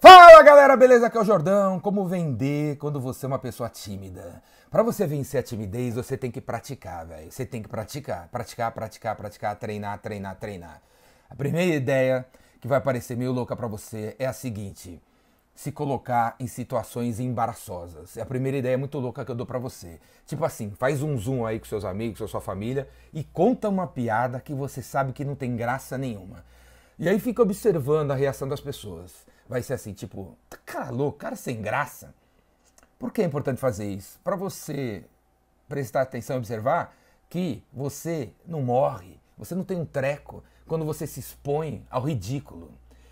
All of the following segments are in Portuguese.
Fala galera, beleza? Aqui é o Jordão. Como vender quando você é uma pessoa tímida? Para você vencer a timidez, você tem que praticar, velho. Você tem que praticar, treinar. A primeira ideia que vai parecer meio louca para você é a seguinte: se colocar em situações embaraçosas. A primeira ideia é muito louca que eu dou pra você. Tipo assim, faz um zoom aí com seus amigos, com sua família e conta uma piada que você sabe que não tem graça nenhuma. E aí fica observando a reação das pessoas. Vai ser assim, tipo, cara louco, cara sem graça. Por que é importante fazer isso? Pra você prestar atenção e observar que você não morre, você não tem um treco quando você se expõe ao ridículo.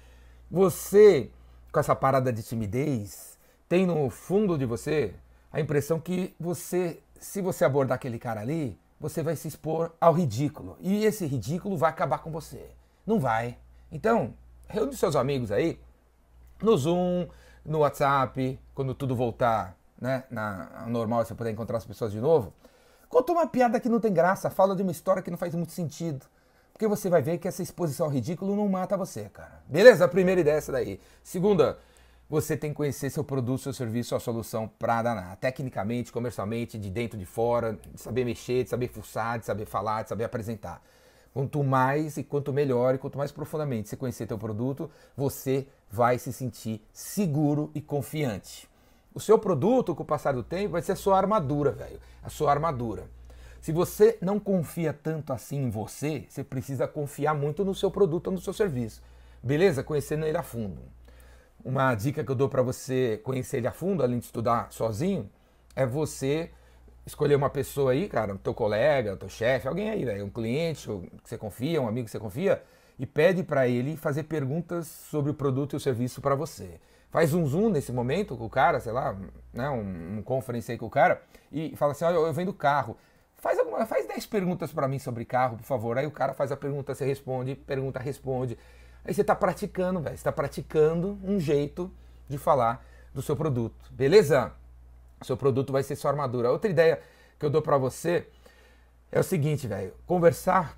Você, com essa parada de timidez, tem no fundo de você a impressão que você, se você abordar aquele cara ali, você vai se expor ao ridículo. E esse ridículo vai acabar com você. Não vai. Então, reúne seus amigos aí, no Zoom, no WhatsApp, quando tudo voltar, né, ao normal, você puder encontrar as pessoas de novo. Conta uma piada que não tem graça, fala de uma história que não faz muito sentido. Porque você vai ver que essa exposição ao ridículo não mata você, cara. Beleza? A primeira ideia é essa daí. Segunda, você tem que conhecer seu produto, seu serviço, sua solução pra danar. Tecnicamente, comercialmente, de dentro, de fora, de saber mexer, de saber fuçar, de saber falar, de saber apresentar. Quanto mais e quanto melhor e quanto mais profundamente você conhecer teu produto, você vai se sentir seguro e confiante. O seu produto, com o passar do tempo, vai ser a sua armadura, velho. A sua armadura. Se você não confia tanto assim em você, você precisa confiar muito no seu produto ou no seu serviço. Beleza? Conhecendo ele a fundo. Uma dica que eu dou para você conhecer ele a fundo, além de estudar sozinho, é você escolher uma pessoa aí, cara, teu colega, teu chefe, alguém aí, velho, um cliente que você confia, um amigo que você confia, e pede para ele fazer perguntas sobre o produto e o serviço para você. Faz um zoom nesse momento com o cara, sei lá, né, um conference aí com o cara, e fala assim: olha, eu vendo carro. Faz 10 perguntas para mim sobre carro, por favor. Aí o cara faz a pergunta, você responde, pergunta, responde. Aí você tá praticando, velho. Você tá praticando um jeito de falar do seu produto. Beleza? Seu produto vai ser sua armadura. Outra ideia que eu dou para você é o seguinte, velho. Conversar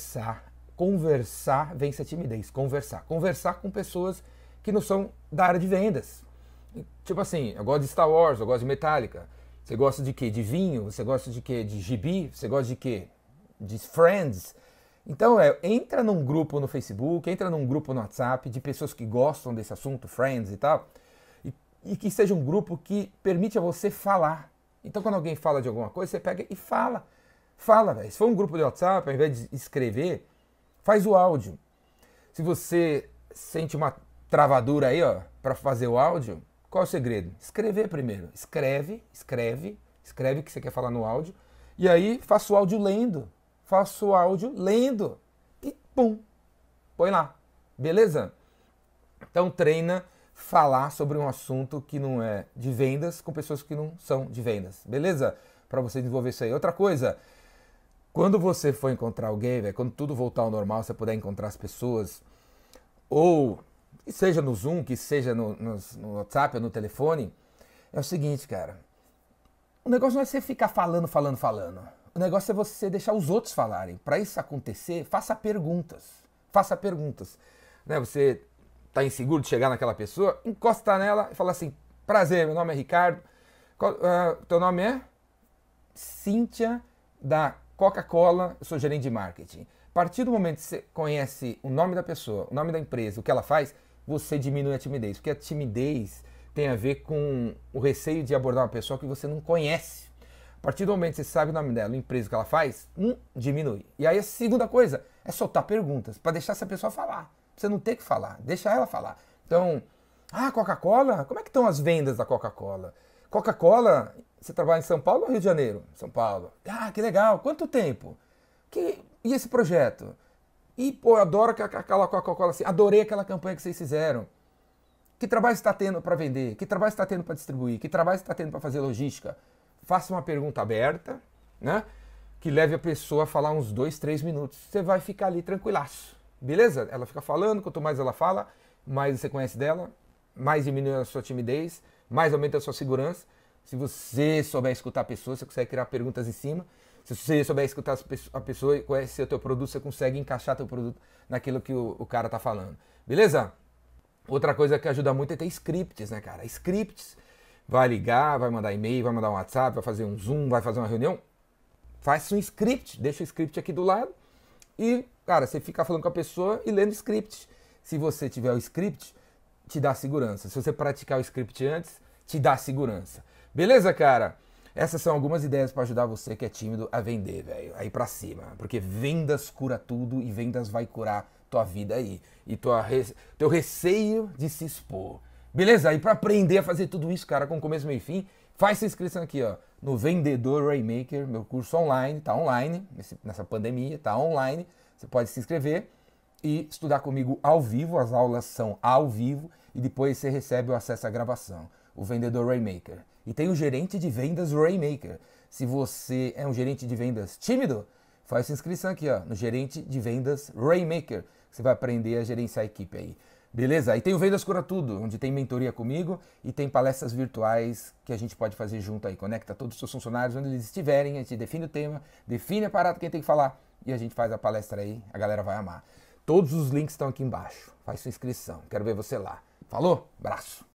vence a timidez. Conversar com pessoas que não são da área de vendas. Tipo assim, eu gosto de Star Wars, eu gosto de Metallica. Você gosta de quê? De vinho? Você gosta de quê? De gibi? Você gosta de quê? De Friends? Então, entra num grupo no Facebook, entra num grupo no WhatsApp de pessoas que gostam desse assunto, Friends e tal, e que seja um grupo que permite a você falar. Então, quando alguém fala de alguma coisa, você pega e fala. Fala, velho. Se for um grupo de WhatsApp, ao invés de escrever, faz o áudio. Se você sente uma travadura aí, ó, para fazer o áudio, qual é o segredo? Escrever primeiro. Escreve o que você quer falar no áudio. E aí, faça o áudio lendo. E pum, põe lá. Beleza? Então treina falar sobre um assunto que não é de vendas com pessoas que não são de vendas. Beleza? Para você desenvolver isso aí. Outra coisa, quando você for encontrar alguém, véio, quando tudo voltar ao normal, você puder encontrar as pessoas, ou que seja no Zoom, que seja no WhatsApp ou no telefone, é o seguinte, cara. O negócio não é você ficar falando. O negócio é você deixar os outros falarem. Para isso acontecer, faça perguntas. Né? Você tá inseguro de chegar naquela pessoa, encosta nela e fala assim: prazer, meu nome é Ricardo. Teu nome é? Cíntia, da Coca-Cola, eu sou gerente de marketing. A partir do momento que você conhece o nome da pessoa, o nome da empresa, o que ela faz, você diminui a timidez. Porque a timidez tem a ver com o receio de abordar uma pessoa que você não conhece. A partir do momento que você sabe o nome dela, a empresa que ela faz, diminui. E aí a segunda coisa é soltar perguntas, para deixar essa pessoa falar. Pra você não ter que falar, deixa ela falar. Então, Coca-Cola? Como é que estão as vendas da Coca-Cola? Coca-Cola, você trabalha em São Paulo ou Rio de Janeiro? São Paulo. Que legal. Quanto tempo? E esse projeto? E, pô, eu adoro aquela Coca-Cola assim. Adorei aquela campanha que vocês fizeram. Que trabalho você está tendo para vender? Que trabalho você está tendo para distribuir? Que trabalho você está tendo para fazer logística? Faça uma pergunta aberta, né? Que leve a pessoa a falar uns 2, 3 minutos. Você vai ficar ali tranquilaço. Beleza? Ela fica falando, quanto mais ela fala, mais você conhece dela, mais diminui a sua timidez, mais aumenta a sua segurança. Se você souber escutar a pessoa, você consegue criar perguntas em cima. Se você souber escutar a pessoa e conhecer o teu produto, você consegue encaixar teu produto naquilo que o cara tá falando. Beleza? Outra coisa que ajuda muito é ter scripts, né, cara? Scripts. Vai ligar, vai mandar e-mail, vai mandar um WhatsApp, vai fazer um Zoom, vai fazer uma reunião. Faz um script, deixa o script aqui do lado e, cara, você fica falando com a pessoa e lendo script. Se você tiver o script, te dá segurança. Se você praticar o script antes, te dá segurança. Beleza, cara? Essas são algumas ideias para ajudar você que é tímido a vender, velho. Aí pra cima. Porque vendas cura tudo e vendas vai curar tua vida aí. E teu receio de se expor. Beleza? E para aprender a fazer tudo isso, cara, com começo, meio e fim, faz sua inscrição aqui, ó, no Vendedor Rainmaker, meu curso online, tá online, nessa pandemia, tá online. Você pode se inscrever e estudar comigo ao vivo, as aulas são ao vivo e depois você recebe o acesso à gravação, o Vendedor Rainmaker. E tem o gerente de vendas Rainmaker. Se você é um gerente de vendas tímido, faz sua inscrição aqui, ó, no gerente de vendas Rainmaker. Você vai aprender a gerenciar a equipe aí. Beleza? E tem o Vendas Cura Tudo, onde tem mentoria comigo e tem palestras virtuais que a gente pode fazer junto aí. Conecta todos os seus funcionários onde eles estiverem, a gente define o tema, define a parada que tem que falar e a gente faz a palestra aí, a galera vai amar. Todos os links estão aqui embaixo. Faz sua inscrição. Quero ver você lá. Falou? Abraço!